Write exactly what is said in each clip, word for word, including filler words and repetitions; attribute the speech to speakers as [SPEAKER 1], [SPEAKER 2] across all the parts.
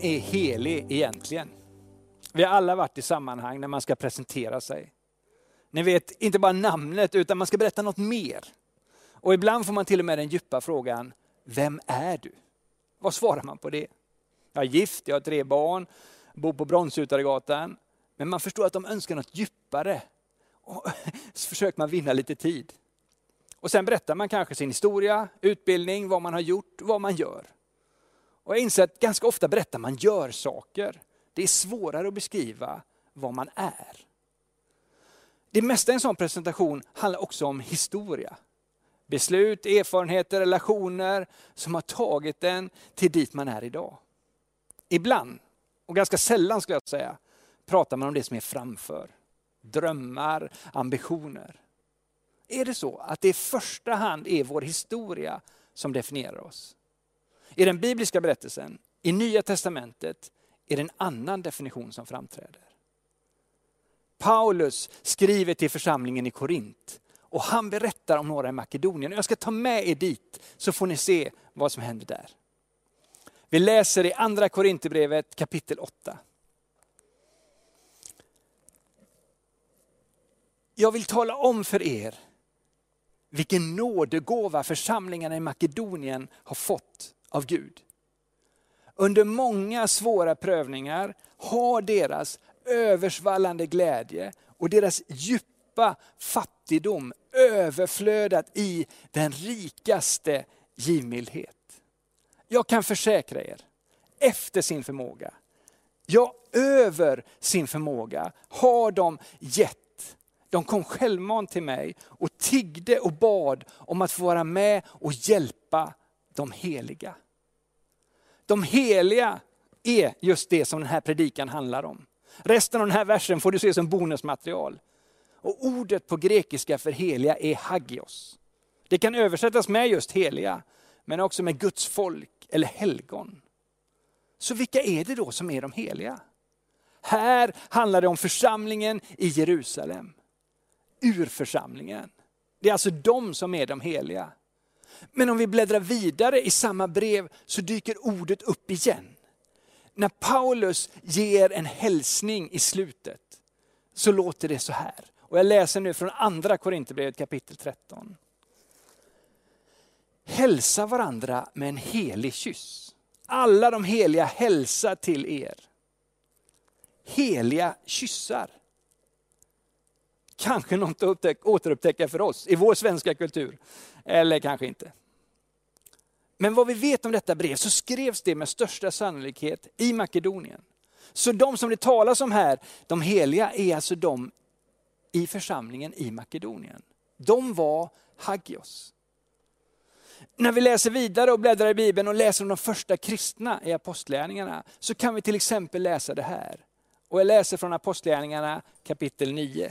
[SPEAKER 1] är helig egentligen? Vi har alla varit i sammanhang när man ska presentera sig. Ni vet, inte bara namnet utan man ska berätta något mer. Och ibland får man till och med den djupa frågan, vem är du? Vad svarar man på det? Jag är gift, jag har tre barn, bor på Bronsutaregatan. Men man förstår att de önskar något djupare. Och så försöker man vinna lite tid. Och sen berättar man kanske sin historia, utbildning, vad man har gjort, vad man gör. Och jag inser att ganska ofta berättar man gör saker. Det är svårare att beskriva vad man är. Det mesta i en sån presentation handlar också om historia. Beslut, erfarenheter, relationer som har tagit den till dit man är idag. Ibland, och ganska sällan skulle jag säga, pratar man om det som är framför. Drömmar, ambitioner. Är det så att det i första hand är vår historia som definierar oss? I den bibliska berättelsen, i Nya testamentet, är det en annan definition som framträder. Paulus skriver till församlingen i Korint och han berättar om några i Makedonien. Jag ska ta med er dit så får ni se vad som händer där. Vi läser i andra Korinthierbrevet kapitel åtta. Jag vill tala om för er vilken nådegåva församlingarna i Makedonien har fått av Gud. Under många svåra prövningar har deras översvallande glädje och deras djupa fattigdom överflödat i den rikaste givmildhet. Jag kan försäkra er, efter sin förmåga, ja över sin förmåga har de gett. De kom självmant till mig och tiggde och bad om att få vara med och hjälpa de heliga. De heliga är just det som den här predikan handlar om. Resten av den här versen får du se som bonusmaterial. Och ordet på grekiska för heliga är hagios. Det kan översättas med just heliga, men också med Guds folk eller helgon. Så vilka är det då som är de heliga? Här handlar det om församlingen i Jerusalem. Urförsamlingen. Det är alltså de som är de heliga. Men om vi bläddrar vidare i samma brev så dyker ordet upp igen. När Paulus ger en hälsning i slutet så låter det så här. Och jag läser nu från andra Korinthierbrevet kapitel tretton. Hälsa varandra med en helig kyss. Alla de heliga hälsar till er. Heliga kyssar. Kanske något att upptäcka, återupptäcka för oss i vår svenska kultur. Eller kanske inte. Men vad vi vet om detta brev så skrevs det med största sannolikhet i Makedonien. Så de som det talas om här, de heliga, är alltså de i församlingen i Makedonien. De var hagios. När vi läser vidare och bläddrar i Bibeln och läser om de första kristna i apostlagärningarna så kan vi till exempel läsa det här. Och jag läser från apostlagärningarna kapitel nio.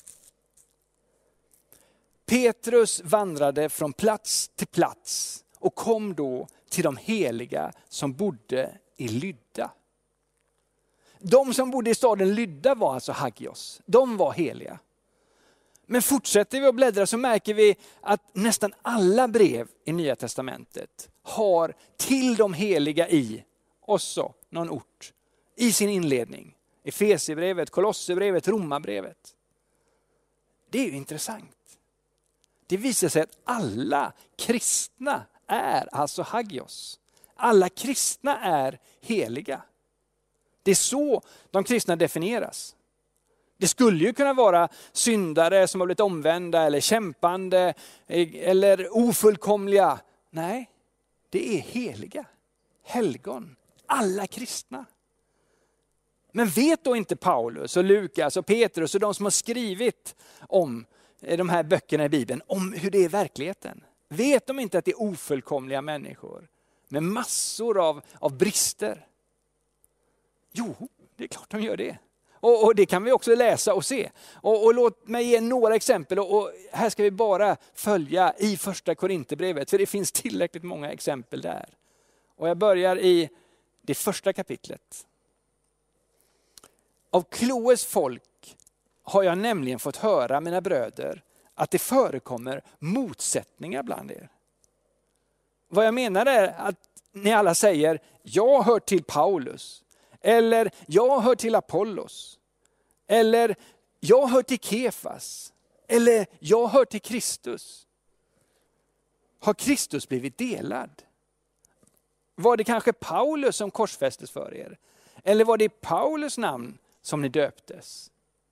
[SPEAKER 1] Petrus vandrade från plats till plats och kom då till de heliga som bodde i Lydda. De som bodde i staden Lydda var alltså hagios. De var heliga. Men fortsätter vi att bläddra så märker vi att nästan alla brev i Nya testamentet har till de heliga i också någon ort i sin inledning. Efesierbrevet, Kolosserbrevet, Romarbrevet. Det är ju intressant. Det visar sig att alla kristna är alltså hagios. Alla kristna är heliga. Det är så de kristna definieras. Det skulle ju kunna vara syndare som har blivit omvända eller kämpande eller ofullkomliga. Nej, det är heliga. Helgon. Alla kristna. Men vet då inte Paulus och Lukas och Petrus och de som har skrivit om de här böckerna i Bibeln om hur det är i verkligheten? Vet de inte att det är ofullkomliga människor med massor av, av brister? Jo, det är klart de gör det. Och, och det kan vi också läsa och se. Och, och låt mig ge några exempel. Och, och här ska vi bara följa i första Korinthierbrevet. För det finns tillräckligt många exempel där. Och jag börjar i det första kapitlet. Av Kloes folk har jag nämligen fått höra, mina bröder, att det förekommer motsättningar bland er. Vad jag menar är att ni alla säger, jag hör till Paulus. Eller jag hör till Apollos. Eller jag hör till Kefas. Eller jag hör till Kristus. Har Kristus blivit delad? Var det kanske Paulus som korsfästes för er? Eller var det Paulus namn som ni döptes?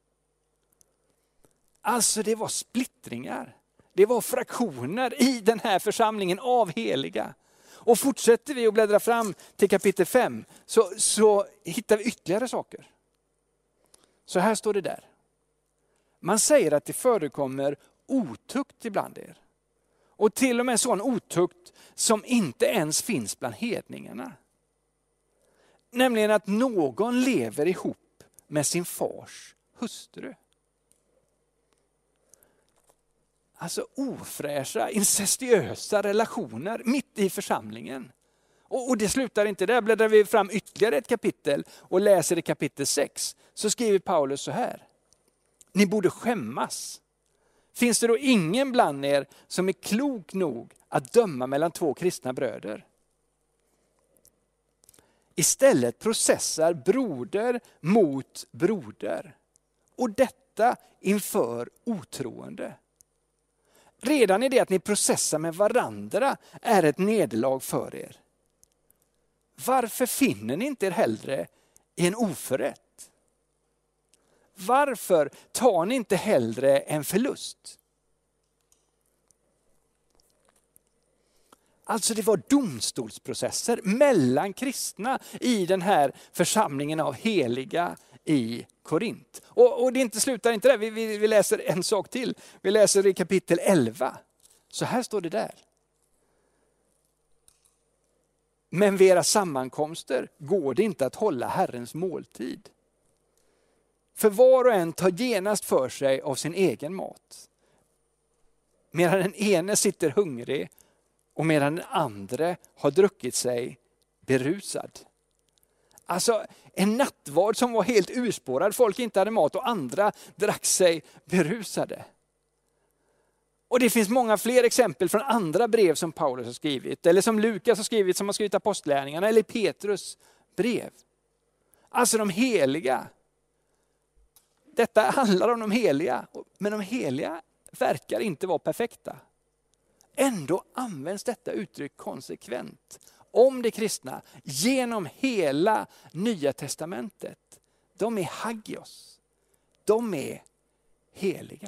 [SPEAKER 1] Alltså det var splittringar. Det var fraktioner i den här församlingen av heliga. Och fortsätter vi att bläddra fram till kapitel fem så, så hittar vi ytterligare saker. Så här står det där. Man säger att det förekommer otukt ibland er. Och till och med sån otukt som inte ens finns bland hedningarna. Nämligen att någon lever ihop med sin fars hustru. Alltså ofräscha, incestuösa relationer mitt i församlingen. Och, och det slutar inte där. Bläddrar vi fram ytterligare ett kapitel och läser i kapitel sex så skriver Paulus så här. Ni borde skämmas. Finns det då ingen bland er som är klok nog att döma mellan två kristna bröder? Istället processar broder mot broder. Och detta inför otroende. Redan i det att ni processar med varandra är ett nederlag för er. Varför finner ni inte er hellre i en oförrätt? Varför tar ni inte hellre en förlust? Alltså det var domstolsprocesser mellan kristna i den här församlingen av heliga i Korint. Och, och det inte slutar inte där, vi, vi, vi läser en sak till. Vi läser i kapitel elva. Så här står det där. Men vid era sammankomster går det inte att hålla Herrens måltid. För var och en tar genast för sig av sin egen mat. Medan den ene sitter hungrig och medan den andra har druckit sig berusad. Alltså en nattvard som var helt urspårad. Folk inte hade mat och andra drack sig berusade. Och det finns många fler exempel från andra brev som Paulus har skrivit. Eller som Lukas har skrivit, som har skrivit apostlärningarna. Eller Petrus brev. Alltså de heliga. Detta handlar om de heliga. Men de heliga verkar inte vara perfekta. Ändå används detta uttryck konsekvent om de kristna genom hela Nya testamentet. De är hagios. De är heliga.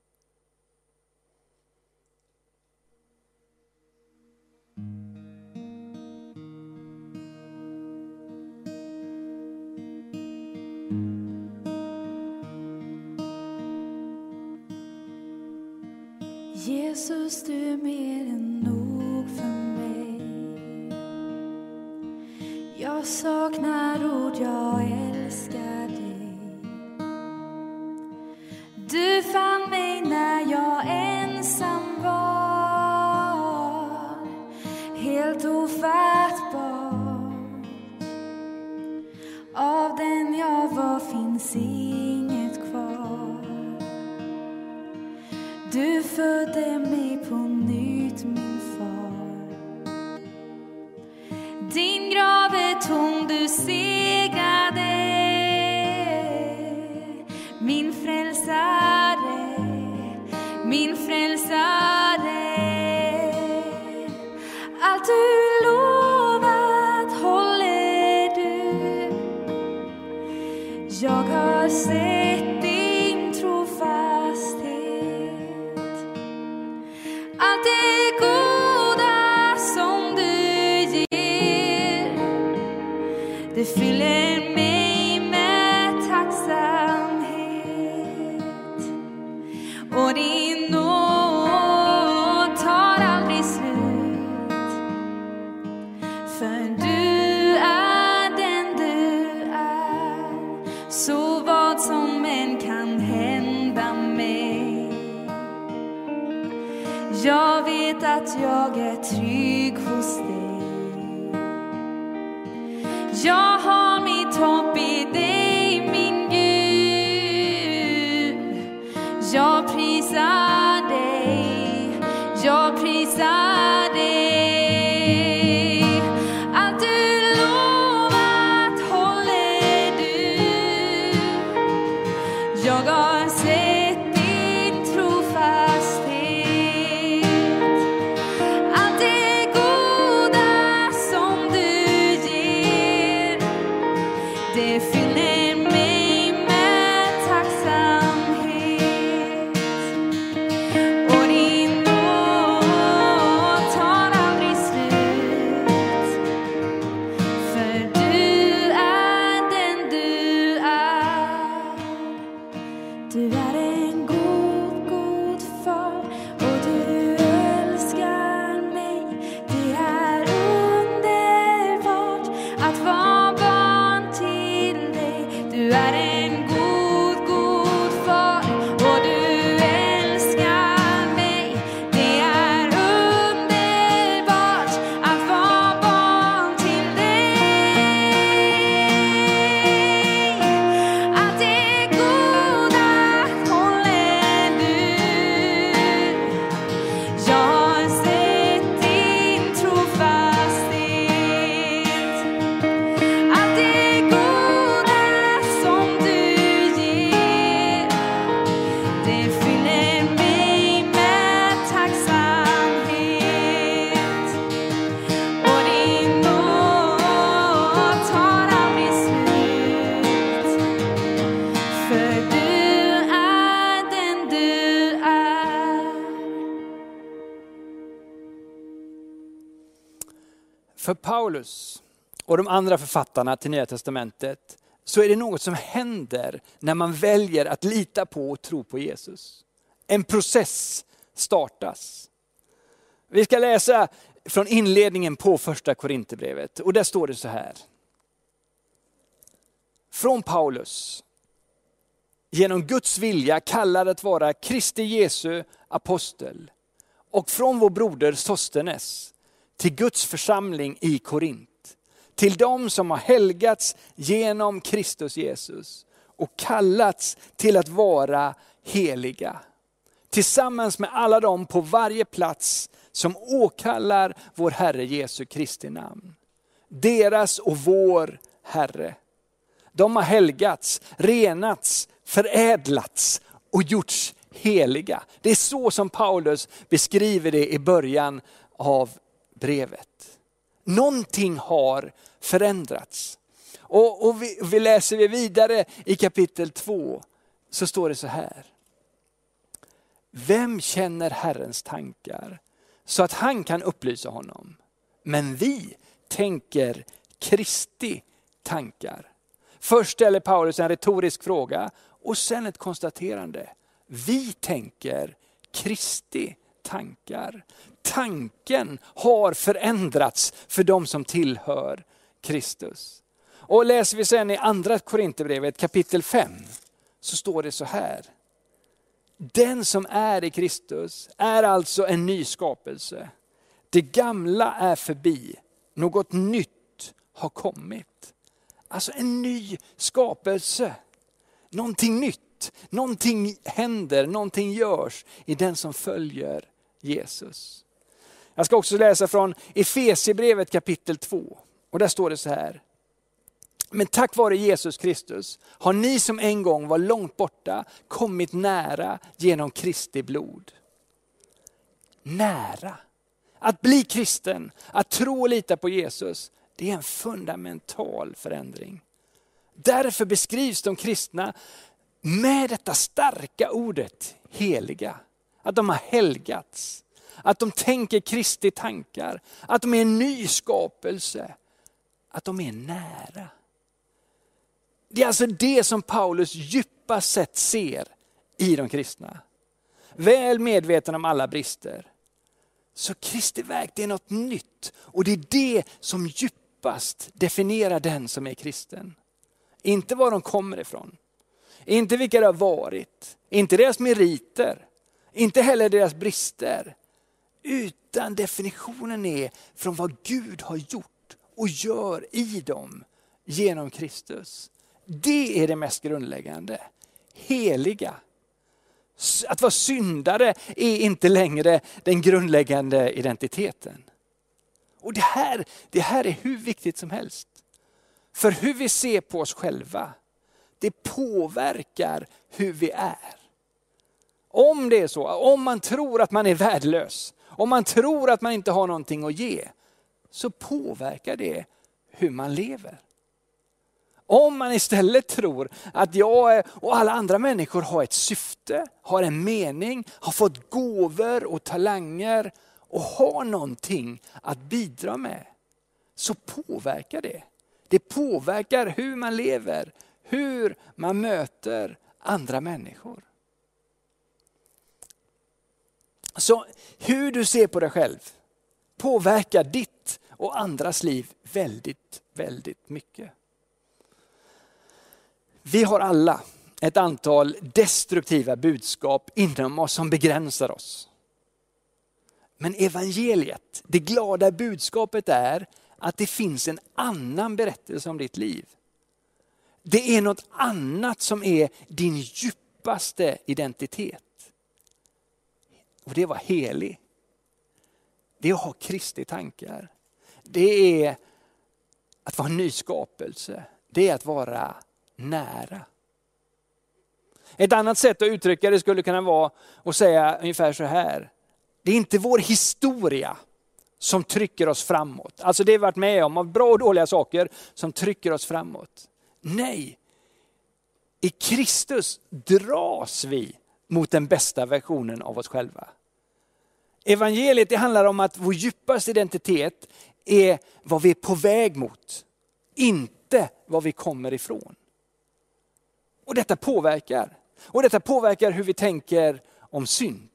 [SPEAKER 2] Jesus, du är mer än nog för mig. Jag saknar ord, jag älskar dig. Du fann mig när jag ensam var, helt ofattbart. Av den jag var finns inget kvar. Du födde mig på nytt, min far. Din grav är tom, du segrade. Min frälsare, min frälsare. Allt du lovat håller du. Jag har sett din trofasthet. Allt det goda som du ger, det fyller mig med tacksamhet. Och din nåd tar aldrig slut. För du är den du är. Så vad som än kan hända mig, jag vet att jag är trygg hos dig. Jag har mitt hopp i dig, min Gud. Jag prisar dig, jag prisar dig. fyller mig med tacksamhet. Och din nåd tar aldrig slut. För du är den du är. Du är en god, god far. Och du älskar mig. Det är underbart att vara barn till dig. Du är en god, god far. Och du älskar mig. Det är underbart att vara barn till dig. Att det goda håller du. Jag har sett din trofasthet. Att det goda som du ger, det fyller mig med tacksamhet. Och din nåd tar aldrig slut. För du är den du är.
[SPEAKER 1] För Paulus och de andra författarna till Nya testamentet så är det något som händer när man väljer att lita på och tro på Jesus. En process startas. Vi ska läsa från inledningen på första Korinthierbrevet och där står det så här. Från Paulus, genom Guds vilja kallad att vara Kristi Jesu apostel, och från vår broder Sostenes till Guds församling i Korint, till dem som har helgats genom Kristus Jesus och kallats till att vara heliga, tillsammans med alla dem på varje plats som åkallar vår Herre Jesu Kristi namn. Deras och vår Herre. De har helgats, renats, förädlats och gjorts heliga. Det är så som Paulus beskriver det i början av brevet. Någonting har förändrats. Och, och vi, vi läser vi vidare i kapitel två så står det så här. Vem känner Herrens tankar så att han kan upplysa honom? Men vi tänker Kristi tankar. Först ställer Paulus en retorisk fråga och sen ett konstaterande. Vi tänker Kristi tankar. Tanken har förändrats för de som tillhör Kristus. Och läser vi sen i andra Korinthierbrevet kapitel fem så står det så här. Den som är i Kristus är alltså en ny skapelse. Det gamla är förbi. Något nytt har kommit. Alltså en ny skapelse. Någonting nytt. Någonting händer. Någonting görs i den som följer Jesus. Jag ska också läsa från Efesierbrevet kapitel två. Och där står det så här. Men tack vare Jesus Kristus har ni som en gång var långt borta kommit nära genom Kristi blod. Nära. Att bli kristen, att tro och lita på Jesus, det är en fundamental förändring. Därför beskrivs de kristna med detta starka ordet heliga. Att de har helgats. Att de tänker Kristi tankar. Att de är en ny skapelse. Att de är nära. Det är alltså det som Paulus djupast sett ser i de kristna. Väl medveten om alla brister. Så Kristi verk, det är något nytt. Och det är det som djupast definierar den som är kristen. Inte var de kommer ifrån. Inte vilka det har varit. Inte deras meriter. Inte heller deras brister. Utan definitionen är från vad Gud har gjort och gör i dem genom Kristus. Det är det mest grundläggande. Heliga. Att vara syndare är inte längre den grundläggande identiteten. Och det här, det här är hur viktigt som helst. För hur vi ser på oss själva, det påverkar hur vi är. Om det är så, om man tror att man är värdelös, om man tror att man inte har någonting att ge, så påverkar det hur man lever. Om man istället tror att jag och alla andra människor har ett syfte, har en mening, har fått gåvor och talanger och har någonting att bidra med, så påverkar det. Det påverkar hur man lever, hur man möter andra människor. Så hur du ser på dig själv påverkar ditt och andras liv väldigt, väldigt mycket. Vi har alla ett antal destruktiva budskap inom oss som begränsar oss. Men evangeliet, det glada budskapet är att det finns en annan berättelse om ditt liv. Det är något annat som är din djupaste identitet. Och det var helig. Det är att ha Kristi tankar. Det är att vara en ny skapelse. Det är att vara nära. Ett annat sätt att uttrycka det skulle kunna vara att säga ungefär så här. Det är inte vår historia som trycker oss framåt. Alltså det vi varit med om av bra och dåliga saker som trycker oss framåt. Nej, i Kristus dras vi mot den bästa versionen av oss själva. Evangeliet, det handlar om att vår djupaste identitet är vad vi är på väg mot. Inte vad vi kommer ifrån. Och detta påverkar. Och detta påverkar hur vi tänker om synd.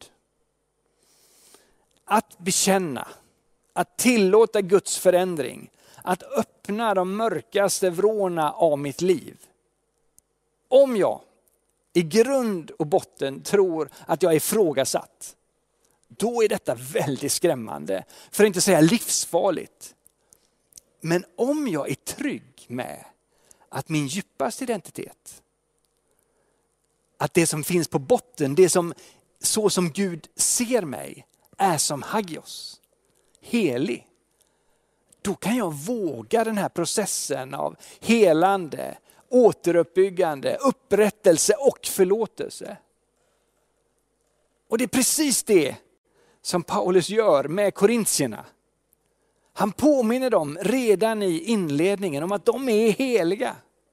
[SPEAKER 1] Att bekänna, att tillåta Guds förändring, att öppna de mörkaste vrårna av mitt liv. Om jag i grund och botten tror att jag är ifrågasatt, då är detta väldigt skrämmande, för att inte säga livsfarligt. Men om jag är trygg med att min djupaste identitet, att det som finns på botten, det som så som Gud ser mig, är som Hagios, helig. Då kan jag våga den här processen av helande, återuppbyggande, upprättelse och förlåtelse. Och det är precis det som Paulus gör med korintierna. Han påminner dem redan i inledningen om att de är heliga.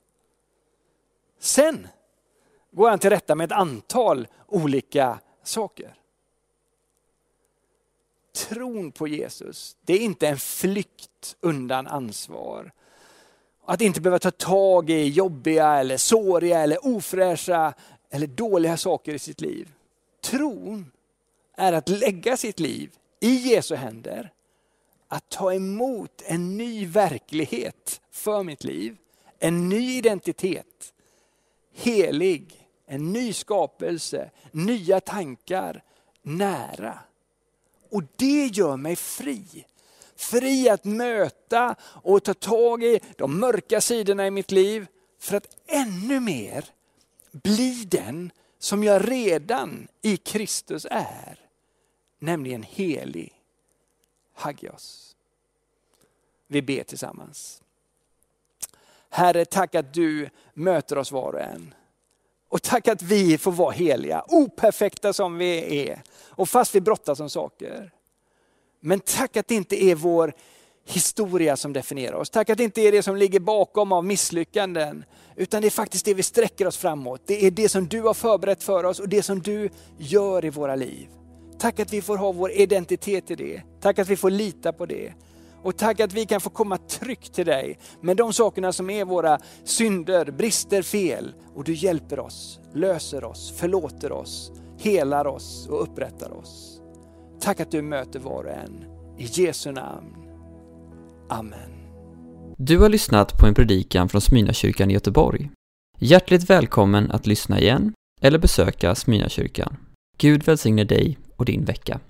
[SPEAKER 1] Sen går han till rätta med ett antal olika saker. Tron på Jesus, det är inte en flykt undan ansvar. Att inte behöva ta tag i jobbiga eller såriga eller ofräscha eller dåliga saker i sitt liv. Tron är att lägga sitt liv i Jesu händer. Att ta emot en ny verklighet för mitt liv. En ny identitet. Helig. En ny skapelse. Nya tankar. Nära. Och det gör mig fri. Fri att möta och ta tag i de mörka sidorna i mitt liv. För att ännu mer bli den som jag redan i Kristus är. Nämligen helig. Hagios. Vi ber tillsammans. Herre, tack att du möter oss var och en. Och tack att vi får vara heliga, operfekta som vi är. Och fast vi brottas om saker. Men tack att det inte är vår historia som definierar oss. Tack att det inte är det som ligger bakom av misslyckanden. Utan det är faktiskt det vi sträcker oss framåt. Det är det som du har förberett för oss och det som du gör i våra liv. Tack att vi får ha vår identitet i det. Tack att vi får lita på det. Och tack att vi kan få komma tryggt till dig med de sakerna som är våra synder, brister, fel. Och du hjälper oss, löser oss, förlåter oss, helar oss och upprättar oss. Tack att du möter var och en. I Jesu namn. Amen.
[SPEAKER 3] Du har lyssnat på en predikan från Smyrnakyrkan i Göteborg. Hjärtligt välkommen att lyssna igen eller besöka Smyrnakyrkan. Gud välsigne dig och din vecka.